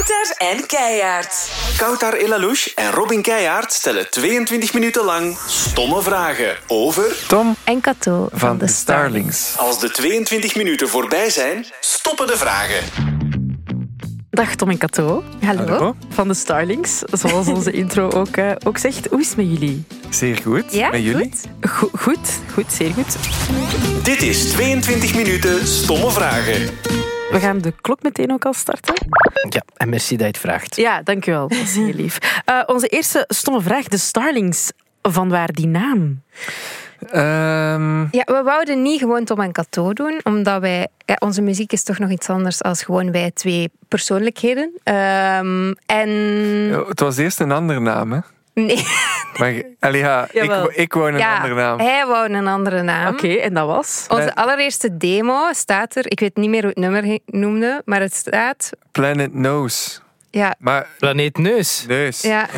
Kouter en Keijaard. Koutar Elalouche en Robin Keijaard stellen 22 minuten lang stomme vragen over... Tom En Cato van de Starlings. Als de 22 minuten voorbij zijn, stoppen de vragen. Dag Tom en Cato. Hallo. Van de Starlings, zoals onze intro ook zegt. Hoe is het met jullie? Zeer goed. Ja, Met jullie? Goed, zeer goed. Dit is 22 minuten stomme vragen. We gaan de klok meteen ook al starten. Ja, en merci dat je het vraagt. Ja, dankjewel. Dat is heel lief. Onze eerste stomme vraag, de Starlings. Vanwaar die naam? Ja, we wouden niet gewoon Tom en Cato doen, omdat wij... Ja, onze muziek is toch nog iets anders als gewoon wij twee persoonlijkheden. Het was eerst een andere naam, hè? Nee. Maar, ik wou een andere naam. Hij wou een andere naam. Oké, en dat was? Onze allereerste demo staat er... Ik weet niet meer hoe het nummer noemde, maar het staat... Planet Nose. Ja, Maar Planeet Neus. neus. ja.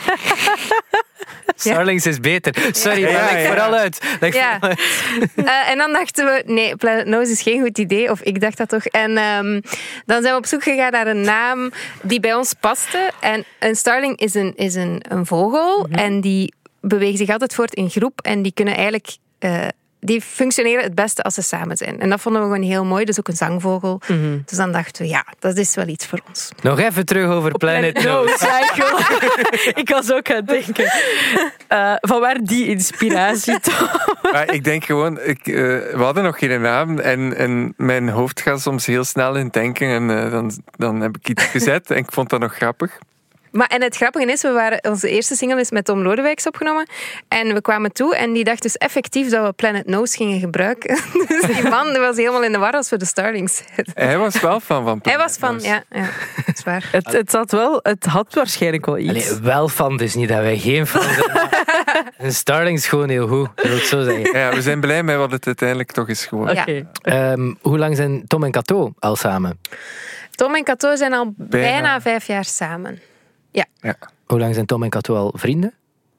Starlings is beter. Sorry, Ja, maar leg ja. vooral uit. Ja. En dan dachten we, nee, Planet Nose is geen goed idee. Of ik dacht dat toch. En dan zijn we op zoek gegaan naar een naam die bij ons paste. En een starling is een vogel. En die bewegen zich altijd voort in groep. En die kunnen eigenlijk... die functioneren het beste als ze samen zijn. En dat vonden we gewoon heel mooi. Dus ook een zangvogel. Dus dan dachten we, ja, dat is wel iets voor ons. Nog even terug over Planet Nose. Ja, ik was ook aan het denken. Vanwaar die inspiratie, Tom? Maar ik denk gewoon, we hadden nog geen naam en mijn hoofd gaat soms heel snel in denken en dan heb ik iets gezet en ik vond dat nog grappig. En het grappige is, onze eerste single is met Tom Lodewijks opgenomen. En we kwamen toe en die dacht dus effectief dat we Planet Nose gingen gebruiken. Dus die man was helemaal in de war als we de Starlings zeiden. Hij was wel fan van Hij Planet was van, Nose. ja, dat is waar. Het had waarschijnlijk wel iets. Allee, wel fan, dus niet dat wij geen fan zijn. Maar een Starlings is gewoon heel goed, dat wil ik zo zeggen. Ja, we zijn blij met wat het uiteindelijk toch is geworden. Oké. Hoe lang zijn Tom en Cato al samen? Tom en Cato zijn al bijna 5 jaar samen. Ja. Hoe lang zijn Tom en Cato al vrienden?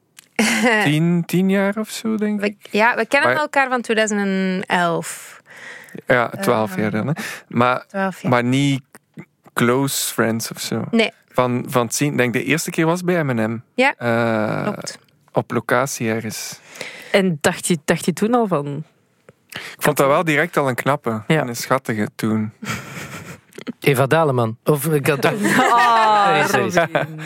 10 jaar of zo, denk ik. We kennen Maar- elkaar van 2011. Ja, 12 jaar dan. Hè. Maar, 12 jaar. maar niet close friends of zo. Nee, Van het zien, ik denk de eerste keer was bij M&M. ja, klopt. Op locatie ergens. En dacht je toen al van... Ik vond dat wel direct al een knappe. Ja. En een schattige toen. Eva Daleman. Of Cato. Sorry.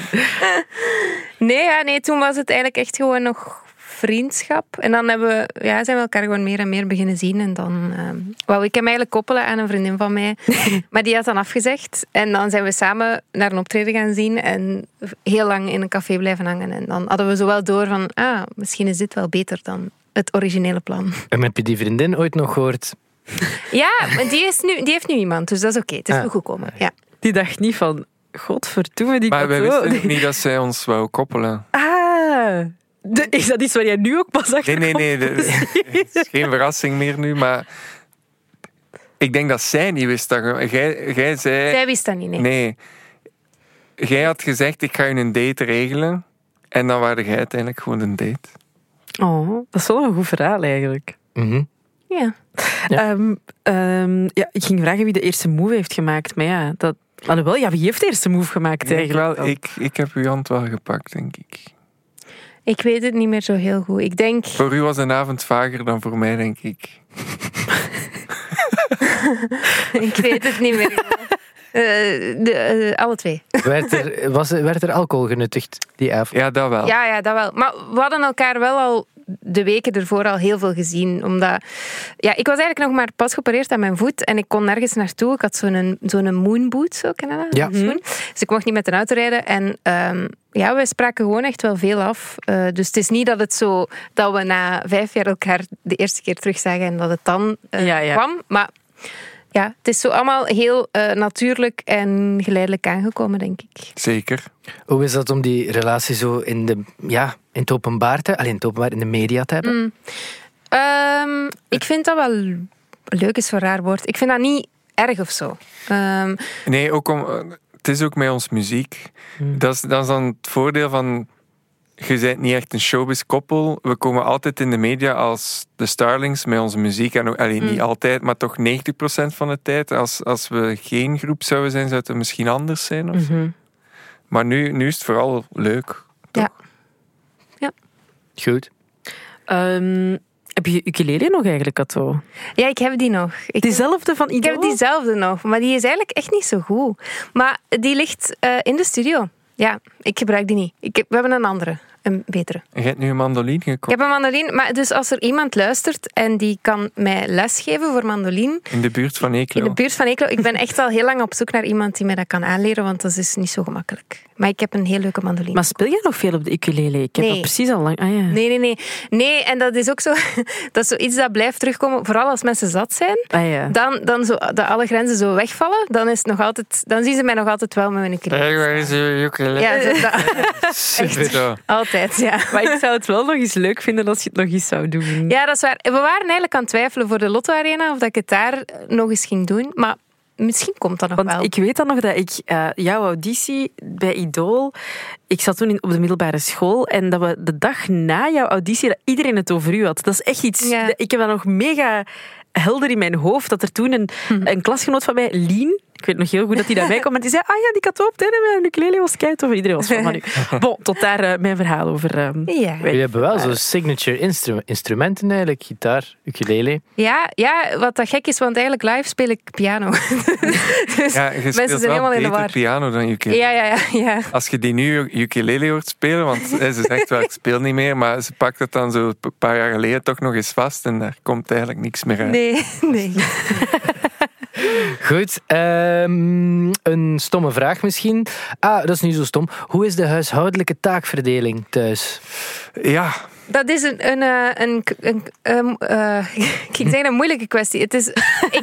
Nee, toen was het eigenlijk echt gewoon nog vriendschap. En dan zijn we elkaar gewoon meer en meer beginnen zien. En dan wou ik hem eigenlijk koppelen aan een vriendin van mij. Maar die had dan afgezegd. En dan zijn we samen naar een optreden gaan zien. En heel lang in een café blijven hangen. En dan hadden we zo wel door van... misschien is dit wel beter dan het originele plan. En heb je die vriendin ooit nog gehoord? Ja, maar die heeft nu iemand. Dus dat is oké. Het is goed gekomen. Ja. Die dacht niet van... Godverdomme, die Maar wij Cato. wisten ook niet dat zij ons wou koppelen. Is dat iets waar jij nu ook pas achter Nee. Het is geen verrassing meer nu, maar... Ik denk dat zij niet wist dat... Jij zei... Zij wist dat niet, nee. Nee. Jij had gezegd, ik ga je een date regelen. En dan waren jij uiteindelijk gewoon een date. Oh, dat is wel een goed verhaal eigenlijk. Mhm. Ja. Ik ging vragen wie de eerste move heeft gemaakt. Maar ja, wie heeft de eerste move gemaakt eigenlijk? Ik heb uw hand wel gepakt, denk ik. Ik weet het niet meer zo heel goed. Ik denk... Voor u was een avond vager dan voor mij, denk ik. Ik weet het niet meer. Alle twee. Werd er alcohol genuttigd die avond? Ja, dat wel. Ja, dat wel. Maar we hadden elkaar wel al de weken ervoor al heel veel gezien. Omdat... Ja, ik was eigenlijk nog maar pas geopereerd aan mijn voet en ik kon nergens naartoe. Ik had zo'n moonboot, zo kennen dat? Ja. Zo'n. Dus ik mocht niet met de auto rijden. En wij spraken gewoon echt wel veel af. Dus het is niet dat het zo... Dat we na 5 jaar elkaar de eerste keer terugzagen en dat het dan kwam. Maar... Ja, het is zo allemaal heel natuurlijk en geleidelijk aangekomen, denk ik. Zeker. Hoe is dat om die relatie zo in het openbaar in de media te hebben? Ik vind dat wel leuk, is zo'n raar woord. Ik vind dat niet erg of zo. Nee, ook het is ook met ons muziek. Dat is dan het voordeel van je bent niet echt een showbiz-koppel. We komen altijd in de media als de Starlings met onze muziek. En niet altijd, maar toch 90% van de tijd. Als we geen groep zouden zijn, zou het misschien anders zijn. Of zo. Maar nu is het vooral leuk. Toch? Ja. Goed. Heb je ukulele nog eigenlijk, Kato? Ja, ik heb die nog. Diezelfde van Ido? Ik heb diezelfde nog, maar die is eigenlijk echt niet zo goed. Maar die ligt in de studio. Ja, ik gebruik die niet. We hebben een andere, een betere. En je hebt nu een mandoline gekocht? Ik heb een mandoline, maar dus als er iemand luistert en die kan mij lesgeven voor mandoline... In de buurt van Eeklo? In de buurt van Eeklo. Ik ben echt al heel lang op zoek naar iemand die mij dat kan aanleren, want dat is niet zo gemakkelijk. Maar ik heb een heel leuke mandoline. Maar speel jij nog veel op de ukulele? Ik heb dat precies al lang... Ah, ja. Nee, en dat is ook zo... Dat is zoiets dat blijft terugkomen, vooral als mensen zat zijn. Ah, ja. Dan zo, dat alle grenzen zo wegvallen, dan zien ze mij nog altijd wel met mijn ukulele. Waar is je ukulele? Ja, Super. altijd, ja. Maar ik zou het wel nog eens leuk vinden als je het nog eens zou doen. Ja, dat is waar. We waren eigenlijk aan het twijfelen voor de Lotto Arena of dat ik het daar nog eens ging doen. Maar misschien komt dat nog Want wel. ik weet dan nog dat ik jouw auditie bij Idol... Ik zat toen op de middelbare school en dat we de dag na jouw auditie dat iedereen het over u had. Dat is echt iets... Ja. Ik heb dat nog mega helder in mijn hoofd, dat er toen een klasgenoot van mij, Lien... Ik weet nog heel goed dat hij daarbij kwam en die zei die Kato op het einde met een ukulele was keitof. Iedereen was van nu. Bon, tot daar mijn verhaal over. Ja. Jullie hebben wel zo'n signature instrumenten eigenlijk. Gitaar, ukulele. Ja, wat dat gek is, want eigenlijk live speel ik piano. Dus Ja, je mensen speelt zijn wel helemaal in de beter war. piano dan ukulele. Ja. Als je die nu ukulele hoort spelen, want ze zegt wel, ik speel niet meer, maar ze pakt het dan zo een paar jaar geleden toch nog eens vast en daar komt eigenlijk niks meer uit. Nee. Goed, een stomme vraag misschien. Dat is niet zo stom. Hoe is de huishoudelijke taakverdeling thuis? Ja, Dat is ik zeg een moeilijke kwestie. Het is,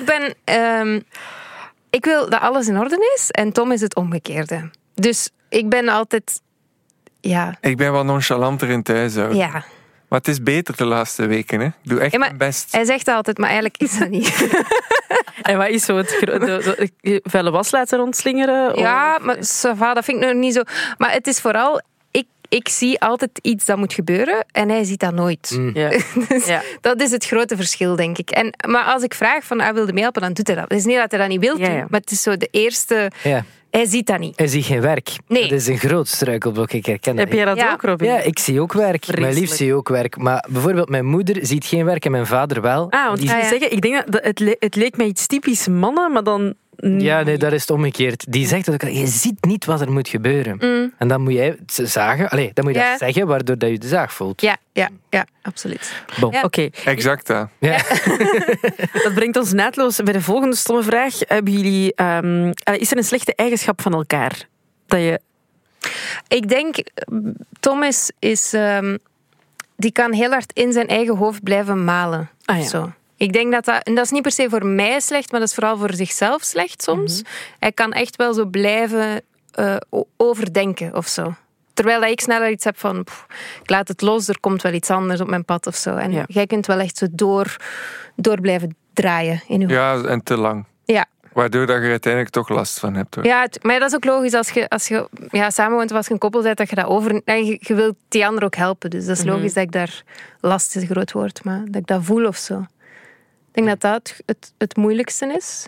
ik wil dat alles in orde is en Tom is het omgekeerde. Dus ik ben altijd... Ja. ik ben wel nonchalanter in thuishouden. Ja. Maar het is beter de laatste weken. Hè. Ik doe echt mijn best. Hij zegt altijd, maar eigenlijk is dat niet. En wat is zo de vuile was laten rondslingeren? Ja, maar dat vind ik nog niet zo. Maar het is vooral... Ik zie altijd iets dat moet gebeuren en hij ziet dat nooit. Ja. Dus dat is het grote verschil, denk ik. Maar als ik vraag van, wilde meehelpen, dan doet hij dat. Het is niet dat hij dat niet wil doen, maar het is zo de eerste... Ja. Hij ziet dat niet. Hij ziet geen werk. Nee. Dat is een groot struikelblok, ik herken dat. Heb jij dat ook, Robin? Ja, ik zie ook werk. Vreselijk. Mijn lief zie ook werk. Maar bijvoorbeeld mijn moeder ziet geen werk en mijn vader wel. Want ik moet zeggen, ik denk dat het leek mij iets typisch mannen, maar dan... Ja, nee, dat is het omgekeerd. Die zegt dat ook, je ziet niet wat er moet gebeuren. En dan moet jij zagen, dan moet je dat zeggen, waardoor dat je de zaag voelt. Ja, absoluut. Bon. Ja. Oké, Exact dat. Ja. dat brengt ons naadloos bij de volgende stomme vraag. Hebben jullie... is er een slechte eigenschap van elkaar? Dat je... Ik denk, Tom is die kan heel hard in zijn eigen hoofd blijven malen. Ah, ja. Zo. Ik denk en dat is niet per se voor mij slecht, maar dat is vooral voor zichzelf slecht soms. Hij kan echt wel zo blijven overdenken of zo. Terwijl dat ik sneller iets heb van, ik laat het los, er komt wel iets anders op mijn pad of zo. En jij kunt wel echt zo door blijven draaien in je hoofd. Ja, en te lang. Ja. Waardoor dat je er uiteindelijk toch last van hebt. Hoor. Ja, maar dat is ook logisch als je samenwoont of als je een koppel bent, dat je dat over... Je wilt die ander ook helpen, dus dat is logisch dat ik daar... Last is een groot woord, maar dat ik dat voel of zo. Ik denk dat het moeilijkste is.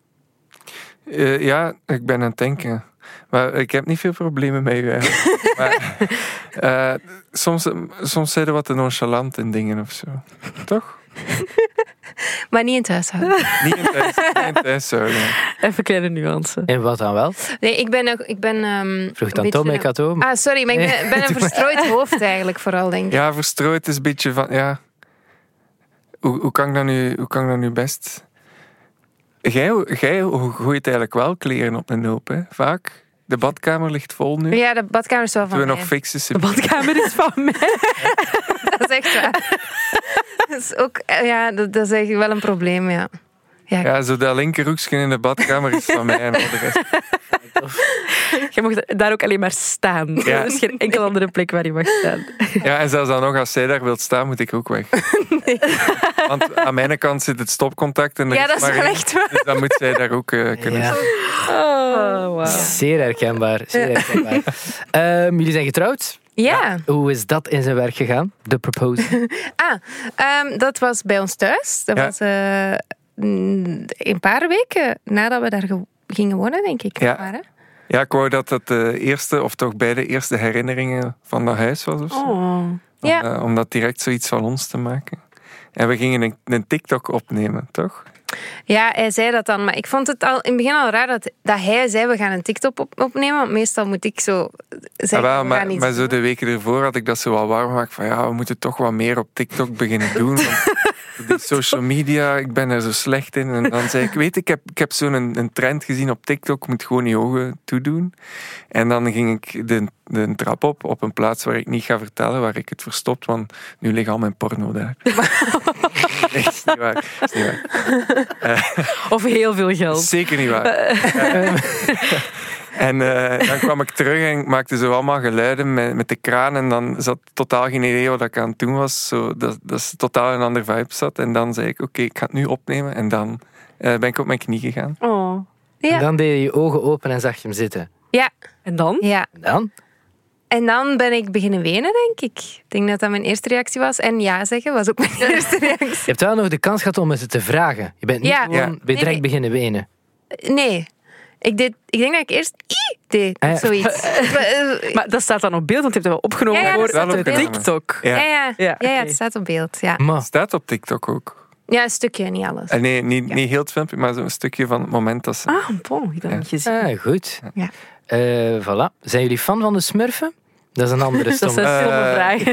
Ja, ik ben aan het denken. Maar ik heb niet veel problemen met u eigenlijk. Maar, soms zijn er wat te nonchalant in dingen of zo. Toch? Maar niet in het huishouden. Niet in thuishouden. Even kleine nuance. En wat dan wel? Nee, ik ben Vroeg dan Tom, ik had ook. Sorry, maar ik ben een verstrooid hoofd eigenlijk vooral, denk ik. Ja, verstrooid is een beetje van... Ja. Hoe kan ik dat nu best... Jij gooit eigenlijk wel kleren op een hoop, hè? Vaak. De badkamer ligt vol nu. Ja, de badkamer is wel van we mij. nog fixen. De badkamer is van mij. Dat is echt waar. Dat is ook... Ja, dat is eigenlijk wel een probleem, ja. Ja, zo dat linkerhoekje in de badkamer is van mij en al de rest. Je mag daar ook alleen maar staan. Ja. Er is geen enkele andere plek waar je mag staan. Ja, en zelfs dan nog, als zij daar wilt staan, moet ik ook weg. Nee. Want aan mijn kant zit het stopcontact. En Ja, dat is maar wel één. echt waar. Dus dan moet zij daar ook kunnen Ja. staan. Oh, wow. Zeer herkenbaar. Zeer herkenbaar. Jullie zijn getrouwd. Ja. Hoe is dat in zijn werk gegaan? De proposal? Dat was bij ons thuis. Dat was een paar weken nadat we daar gingen wonen, denk ik. Ja. Maar, hè? Ja, ik wou dat het de eerste, of toch bij de eerste herinneringen van dat huis was. Of zo. Ja. Om dat direct zoiets van ons te maken. En we gingen een TikTok opnemen, toch? Ja, hij zei dat dan. Maar ik vond het al in het begin al raar dat hij zei, we gaan een TikTok opnemen. Want meestal moet ik zo zeggen, we gaan iets maar zo doen. de weken ervoor had ik dat zo wel warm gemaakt. Van we moeten toch wat meer op TikTok beginnen doen. Want die social media, ik ben er zo slecht in. En dan zei ik, ik heb zo'n een trend gezien op TikTok. Ik moet gewoon je ogen toedoen. En dan ging ik de trap op een plaats waar ik niet ga vertellen, waar ik het verstopt, want nu ligt al mijn porno daar. Nee, is niet waar. Is niet waar. Of heel veel geld. Zeker niet waar. En dan kwam ik terug en ik maakte zo allemaal geluiden met de kraan en dan zat totaal geen idee wat ik aan het doen was. Zo, dat is totaal een ander vibe zat. En dan zei ik, oké, ik ga het nu opnemen. En dan ben ik op mijn knie gegaan. Oh. Ja. En dan deed je je ogen open en zag je hem zitten. Ja. En dan? Ja. En dan? En dan ben ik beginnen wenen, denk ik. Ik denk dat dat mijn eerste reactie was. En ja zeggen was ook mijn eerste reactie. Je hebt wel nog de kans gehad om het te vragen. Je bent niet Ja. gewoon Ja. direct Nee. beginnen wenen. Nee. Ik denk dat ik eerst deed. Ah, ja. Zoiets. Maar dat staat dan op beeld, want je hebt het wel opgenomen Ja, dat voor staat op de beeld. TikTok. Ja. Ja, oké. Het staat op beeld. Ja, Maar, Staat op TikTok ook. ja een stukje, niet alles. Nee, niet heel het filmpje, maar zo'n stukje van het moment dat ze... Ah, bon, ik heb dat niet gezien. goed. Ja. Voilà. Zijn jullie fan van de Smurfen? Dat is een andere Dat stomme. zijn stomme vragen.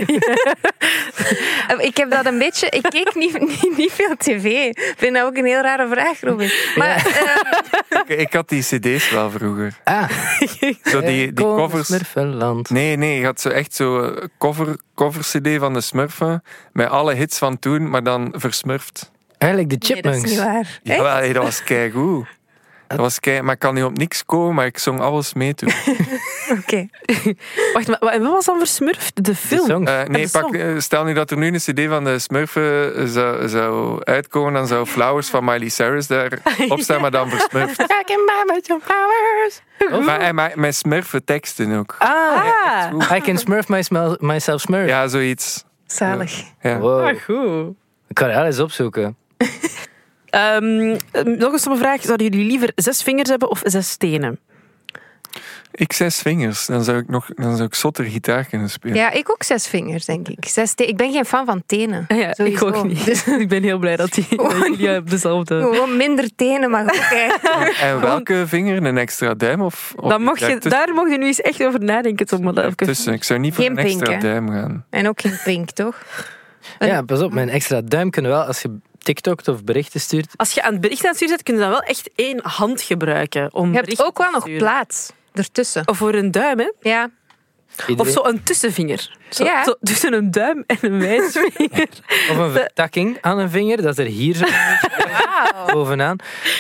Ik heb dat een beetje... Ik keek niet veel tv. Ik vind dat ook een heel rare vraag, Robin. Maar Ik had die cd's wel vroeger. Ah, Zo die kom, covers... Smurfenland. Nee, je had zo echt zo cover-cd van de Smurfen met alle hits van toen, maar dan versmurfd. Eigenlijk de nee, dat is Chipmunks. niet waar. Echt? Jawel, hey, dat was keigoed. Maar ik kan niet op niks komen, maar ik zong alles mee toen. Oké. Wacht, maar wat was dan voor Smurf? De film? song. Nee, de song. stel nu dat er nu een cd van de Smurfen zou uitkomen, dan zou Flowers van Miley Cyrus daarop staan, maar dan versmurfd. I can buy with your flowers. Maar met Smurfen teksten ook. Ah, I can smurf myself smurf. Ja, zoiets. Zalig. Ja. Wow. goed. Ik kan het eens opzoeken. Nog een stomme vraag. Zouden jullie liever 6 vingers hebben of 6 tenen? Ik 6 vingers, dan zou ik zotter gitaar kunnen spelen. Ja, ik ook 6 vingers, denk ik. Ik ben geen fan van tenen. Ja, ik Sowieso. ook niet. Dus Ik ben heel blij dat jullie op dezelfde... gewoon minder tenen, maar ook eigenlijk. En welke vinger? Een extra duim? Of Daar mocht je nu eens echt over nadenken, Tom. Maar dat even- tussen. Ik zou niet voor Geen een extra pink, hè? duim gaan. En ook geen pink, toch? Ja, pas op. Mijn extra duim kunnen wel, als je TikTokt of berichten stuurt. Als je aan het bericht aan het sturen zet, kun je dan wel echt 1 hand gebruiken om Je hebt berichten ook wel te nog sturen. plaats ertussen. Of voor een duim, hè? Ja. Of Iedereen- zo een tussenvinger. Zo, Ja. zo tussen een duim en een wijsvinger. Of een vertakking aan een vinger, dat er hier zo bovenaan.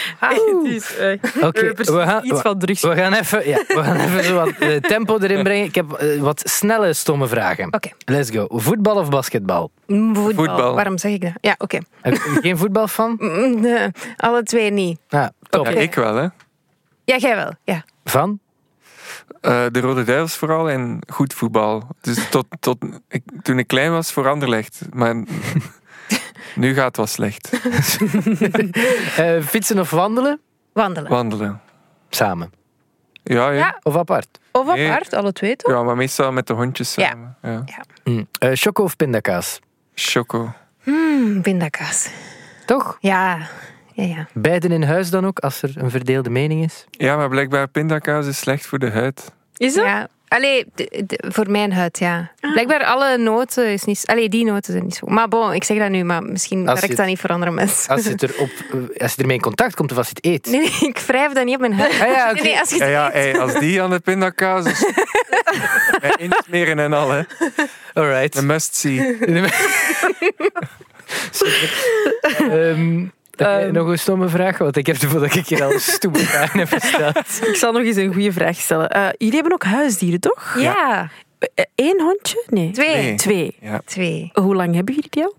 Oké, Iets van drugs. we gaan even zo wat tempo erin brengen. Ik heb wat snelle, stomme vragen. Oké. Let's go. Voetbal of basketbal? Voetbal. Waarom zeg ik dat? Ja, oké. Geen voetbalfan? Nee, alle twee niet. Ah, top. Ja, ik wel, hè. Ja, jij wel. Ja. Van? De Rode Duivels vooral en goed voetbal. Dus toen ik klein was voor Anderlecht. Maar nu gaat het wel slecht. Fietsen of wandelen? Wandelen. Wandelen. Samen. Ja. Ja. Of apart? Of Nee. apart, alle twee toch? Ja, maar meestal met de hondjes Ja. samen. Ja. Choco of pindakaas? Choco. Pindakaas. Toch? Ja. Beiden in huis dan ook, als er een verdeelde mening is? Ja, maar blijkbaar pindakaas is slecht voor de huid. Is dat? Ja. Allee, voor mijn huid, ja. Blijkbaar alle noten is niet... Allee, die noten zijn niet zo... Maar bon, ik zeg dat nu, maar misschien Als je werkt dat niet voor andere mensen. Als je ermee in contact komt of als je het eet? Nee, ik wrijf dat niet op mijn huid. Ah ja, oké. Nee, als je Ja, hey, als die aan de pindakaas is... Met insmeren en al, hè. Alright. Een must-see. Nog een stomme vraag, want ik heb ervoor dat ik hier al stomme vragen heb gesteld. Ik zal nog eens een goede vraag stellen. Jullie hebben ook huisdieren, toch? Ja. 1 hondje? Nee. Twee. Nee. 2. Ja. 2. Hoe lang hebben jullie die al?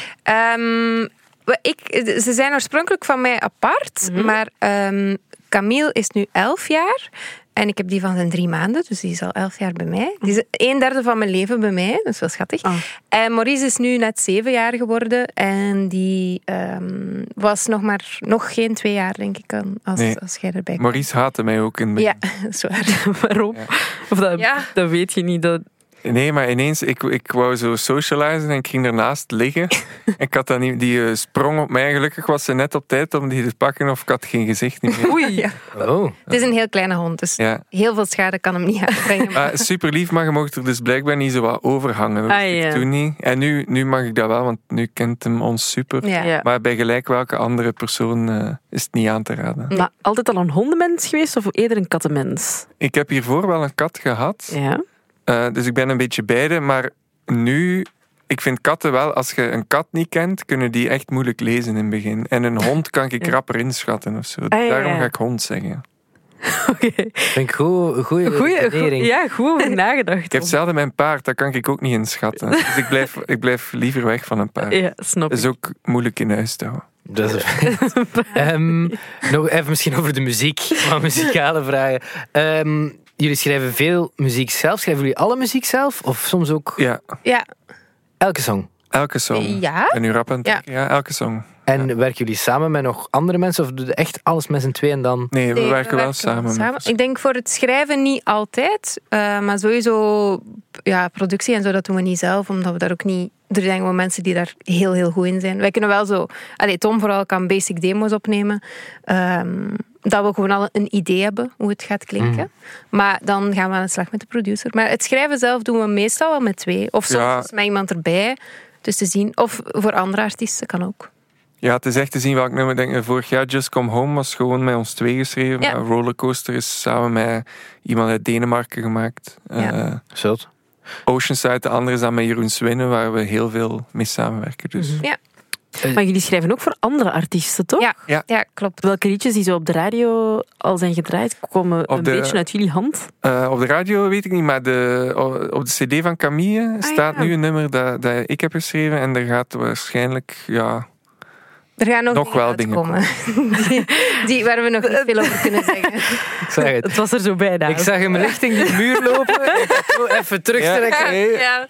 Ze zijn oorspronkelijk van mij apart, maar Camille is nu 11 jaar En ik heb die van zijn 3 maanden, dus die is al 11 jaar bij mij. Die is 1/3 van mijn leven bij mij, dat is wel schattig. Oh. En Maurice is nu net 7 jaar geworden. En die was nog geen 2 jaar, denk ik, als jij erbij kwam. Maurice haatte mij ook in het begin. Ja, dat is waar. Waarom? Ja. Of dat, Ja. dat weet je niet. Dat... Nee, maar ineens, ik wou zo socializen en ik ging ernaast liggen. Ik had dan niet, die sprong op mij. Gelukkig was ze net op tijd om die te pakken of ik had geen gezicht niet meer. Oei. Ja. Oh. Het is een heel kleine hond, dus Ja. heel veel schade kan hem niet aanbrengen. Super lief, maar je mocht er dus blijkbaar niet zo wat overhangen. Dat wist ik toen niet. En nu mag ik dat wel, want nu kent hem ons super. Ja. Ja. Maar bij gelijk welke andere persoon is het niet aan te raden. Maar altijd al een hondenmens geweest of eerder een kattenmens? Ik heb hiervoor wel een kat gehad. Ja. Dus ik ben een beetje beide. Maar nu, ik vind katten wel, als je een kat niet kent, kunnen die echt moeilijk lezen in het begin. En een hond kan ik rapper inschatten of zo. ja. Daarom ga ik hond zeggen. Oké. Vind ik goede redenering. Ja, goed over nagedacht. Ik heb hetzelfde met een paard, dat kan ik ook niet inschatten. Dus ik blijf liever weg van een paard. Ja, snap Dat ik. is ook moeilijk in huis te houden. Dat is nog even misschien over de muziek, maar muzikale vragen. Jullie schrijven veel muziek zelf. Schrijven jullie alle muziek zelf? Of soms ook Ja, Ja. elke song? elke song. Ja? En nu rap aan het denken. Ja, elke song. En werken jullie samen met nog andere mensen? Of doe je echt alles met z'n twee en dan... Nee, we Nee, werken wel samen. met- Ik denk voor het schrijven niet altijd, maar sowieso productie en zo, dat doen we niet zelf, omdat we daar ook niet... Er zijn gewoon mensen die daar heel, heel goed in zijn. Wij kunnen wel zo... Tom vooral kan basic demo's opnemen. Dat we gewoon al een idee hebben hoe het gaat klinken. Maar dan gaan we aan de slag met de producer. Maar het schrijven zelf doen we meestal wel met 2. Of soms met iemand erbij, dus te zien. Of voor andere artiesten, kan ook. Ja, het is echt te zien welk nummer. Ik denk, vorig jaar Just Come Home was gewoon met ons 2 geschreven. Ja. Maar Rollercoaster is samen met iemand uit Denemarken gemaakt. Ja. Zult. Oceanside, de andere is dan met Jeroen Swinnen, waar we heel veel mee samenwerken. Dus. Ja. Maar jullie schrijven ook voor andere artiesten, toch? Ja, klopt. Welke liedjes die zo op de radio al zijn gedraaid, komen een beetje uit jullie hand? Op de radio weet ik niet, maar op de cd van Camille staat nu een nummer dat ik heb geschreven. En er gaat waarschijnlijk... Ja, Er gaan nog wel dingen komen. die waar we nog niet veel over kunnen zeggen. Ik zag het. Het was er zo bijna. Ik zag hem richting de muur lopen. Ik had zo even terugtrekken. Ja.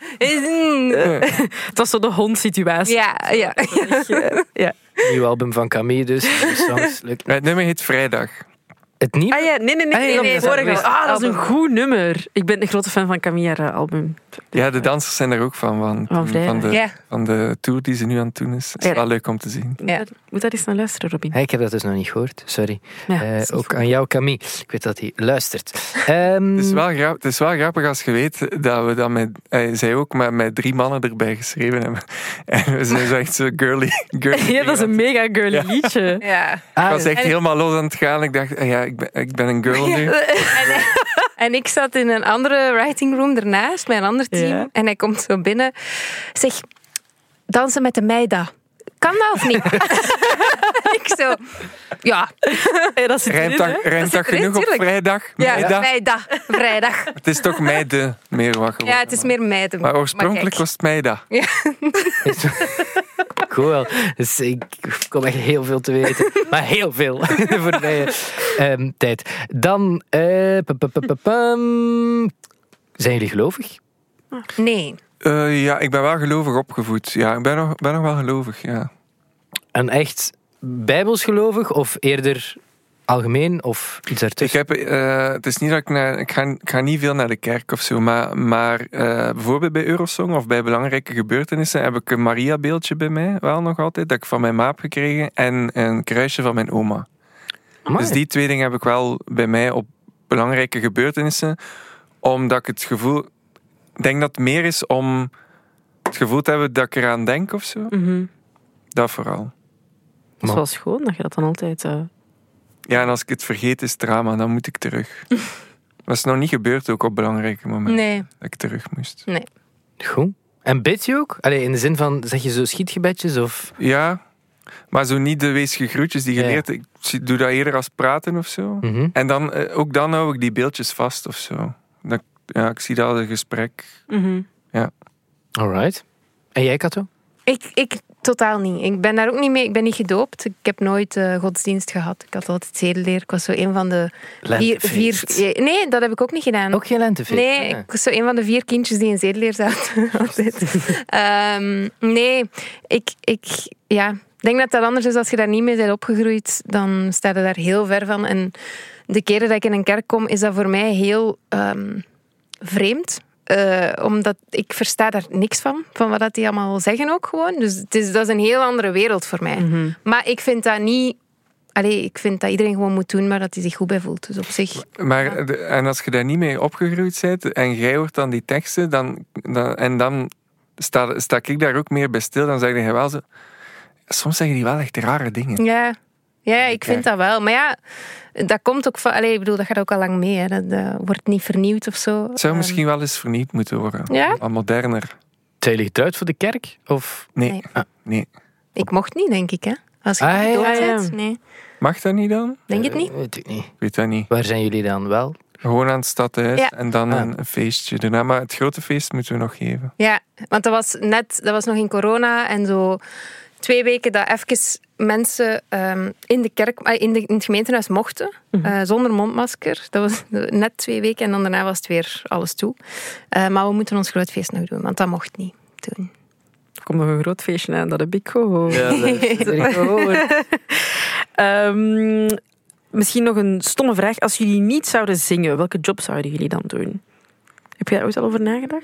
Het was zo de hondsituatie. Ja. Ja. Nieuw album van Camille dus. De songs, lukt. het nummer heet Vrijdag. Het nieuw? Ah ja, nee. nee, Vorige. Dat is een goed nummer. Ik ben een grote fan van Camille album. Ja, de dansers zijn er ook van Vrijdag. Ja. van de tour die ze nu aan het doen is. Het is Ja. wel leuk om te zien. Ja. Moet daar eens naar luisteren, Robin. Hey, ik heb dat dus nog niet gehoord, sorry. Ja, dat is niet ook goed. aan jou, Camille. Ik weet dat hij luistert. Het is wel grappig als je weet dat we dat zij ook met 3 mannen erbij geschreven hebben. En we zijn zo echt zo girly. Ja, dat is een mega girly liedje. Ja. Ik was echt helemaal los aan het gaan. Ik dacht, ik ben een girl nu. En ik zat in een andere writing room ernaast, met een ander team. Ja. En hij komt zo binnen. Zeg, dansen met de meida. Kan dat of niet? Ik zo, ja. Ja, dat zit Rijmt erin, dat, hè? rijmt dat erin, genoeg op tuurlijk. vrijdag? Ja, Meidag? vrijdag. Het is toch meide meer wat geworden. Ja, het is meer meiden. Maar oorspronkelijk kijk. was het meida. Cool. Dus ik kom echt heel veel te weten. Maar heel veel. De voorbije tijd. Dan... Zijn jullie gelovig? Nee. Ja, ik ben wel gelovig opgevoed. Ja, ik ben nog wel gelovig, ja. En echt bijbels gelovig of eerder algemeen of iets daartussen? Het is niet dat ik ga niet veel naar de kerk of zo, maar bijvoorbeeld bij Eurosong of bij belangrijke gebeurtenissen heb ik een Maria-beeldje bij mij, wel nog altijd, dat ik van mijn ma heb gekregen, en een kruisje van mijn oma. Amai. Dus die 2 dingen heb ik wel bij mij op belangrijke gebeurtenissen, omdat ik het gevoel... Ik denk dat het meer is om het gevoel te hebben dat ik eraan denk of zo. Dat vooral. Dat is wel schoon dat je dat dan altijd... Ja, en als ik het vergeet is het drama, dan moet ik terug. Dat is nog niet gebeurd ook op belangrijke momenten. Nee. Dat ik terug moest. Nee. Goed. En bid je ook? Allee, in de zin van, zeg je zo schietgebedjes of... Ja, maar zo niet de weesige groetjes die je Ja. leert. Ik doe dat eerder als praten of zo. Mhm. En dan, ook dan hou ik die beeldjes vast of zo. Ik zie dat als een gesprek. Mhm. Ja. Alright. En jij, Kato? Ik totaal niet. Ik ben daar ook niet mee. Ik ben niet gedoopt. Ik heb nooit godsdienst gehad. Ik had altijd zedeleer. Ik was zo een van de vier... Nee, dat heb ik ook niet gedaan. Ook geen lentefeest? Nee, ik was zo een van de 4 kindjes die in zedeleer zaten. Altijd. Nee, ik denk dat dat anders is als je daar niet mee bent opgegroeid. Dan sta je daar heel ver van. En de keren dat ik in een kerk kom, is dat voor mij heel vreemd. Omdat ik versta daar niks van wat die allemaal zeggen ook gewoon. Dus dat is een heel andere wereld voor mij. Mm-hmm. Maar ik vind dat niet... ik vind dat iedereen gewoon moet doen, maar dat hij zich goed bij voelt. Dus op zich... Maar, en als je daar niet mee opgegroeid bent en jij hoort dan die teksten, dan sta ik daar ook meer bij stil. Dan zeg je wel zo... Soms zeggen die wel echt rare dingen. Ja, ik vind dat wel. Maar ja, dat komt ook van... ik bedoel, dat gaat ook al lang mee. Hè. Dat wordt niet vernieuwd of zo. Het zou misschien wel eens vernieuwd moeten worden. Ja? Wat moderner. Zijn jullie getrouwd voor de kerk? Of? Nee. Nee. Ik mocht niet, denk ik. Hè. Als je gedoopt bent. Nee. Mag dat niet dan? Denk het niet? Weet ik niet. Ik weet dat niet. Waar zijn jullie dan wel? Gewoon aan het stadhuis en dan een feestje daarna. Maar het grote feest moeten we nog geven. Ja, want dat was nog in corona en zo 2 weken dat even mensen in de kerk, in het gemeentehuis mochten, zonder mondmasker. Dat was net 2 weken en dan daarna was het weer alles toe. Maar we moeten ons groot feest nog doen, want dat mocht niet doen. Er komt nog een groot feestje aan, dat heb ik gehoord. Ja, dat heb ik gehoord. Misschien nog een stomme vraag. Als jullie niet zouden zingen, welke job zouden jullie dan doen? Heb je daar ooit al over nagedacht?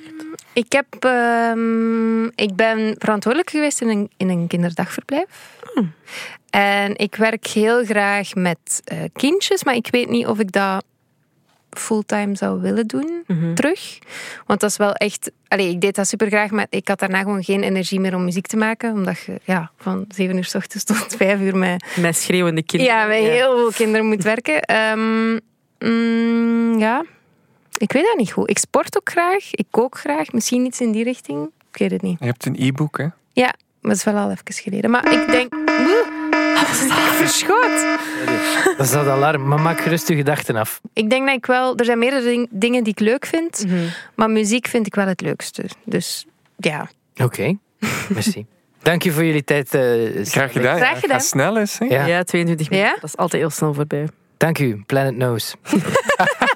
Ik ben verantwoordelijk geweest in een kinderdagverblijf. En ik werk heel graag met kindjes, maar ik weet niet of ik dat fulltime zou willen doen, terug. Want dat is wel echt... ik deed dat supergraag, maar ik had daarna gewoon geen energie meer om muziek te maken. Omdat je van 7 uur 's ochtends tot 5 uur met schreeuwende kinderen. Ja, met heel veel kinderen moet werken. Ik weet dat niet goed. Ik sport ook graag. Ik kook graag. Misschien iets in die richting. Ik weet het niet. Je hebt een e-book, hè? Ja, maar dat is wel al even geleden. Maar ik denk... Dat was ik verschoot. Dat is dat alarm. Maar maak gerust je gedachten af. Ik denk dat ik wel... Er zijn meerdere dingen die ik leuk vind. Maar muziek vind ik wel het leukste. Dus ja. Oké. Merci. Dank je voor jullie tijd. Graag gedaan. Graag gedaan. Gaat snel is, hè? Ja, 22 minuten. Ja? Dat is altijd heel snel voorbij. Dank u, Planet Knows.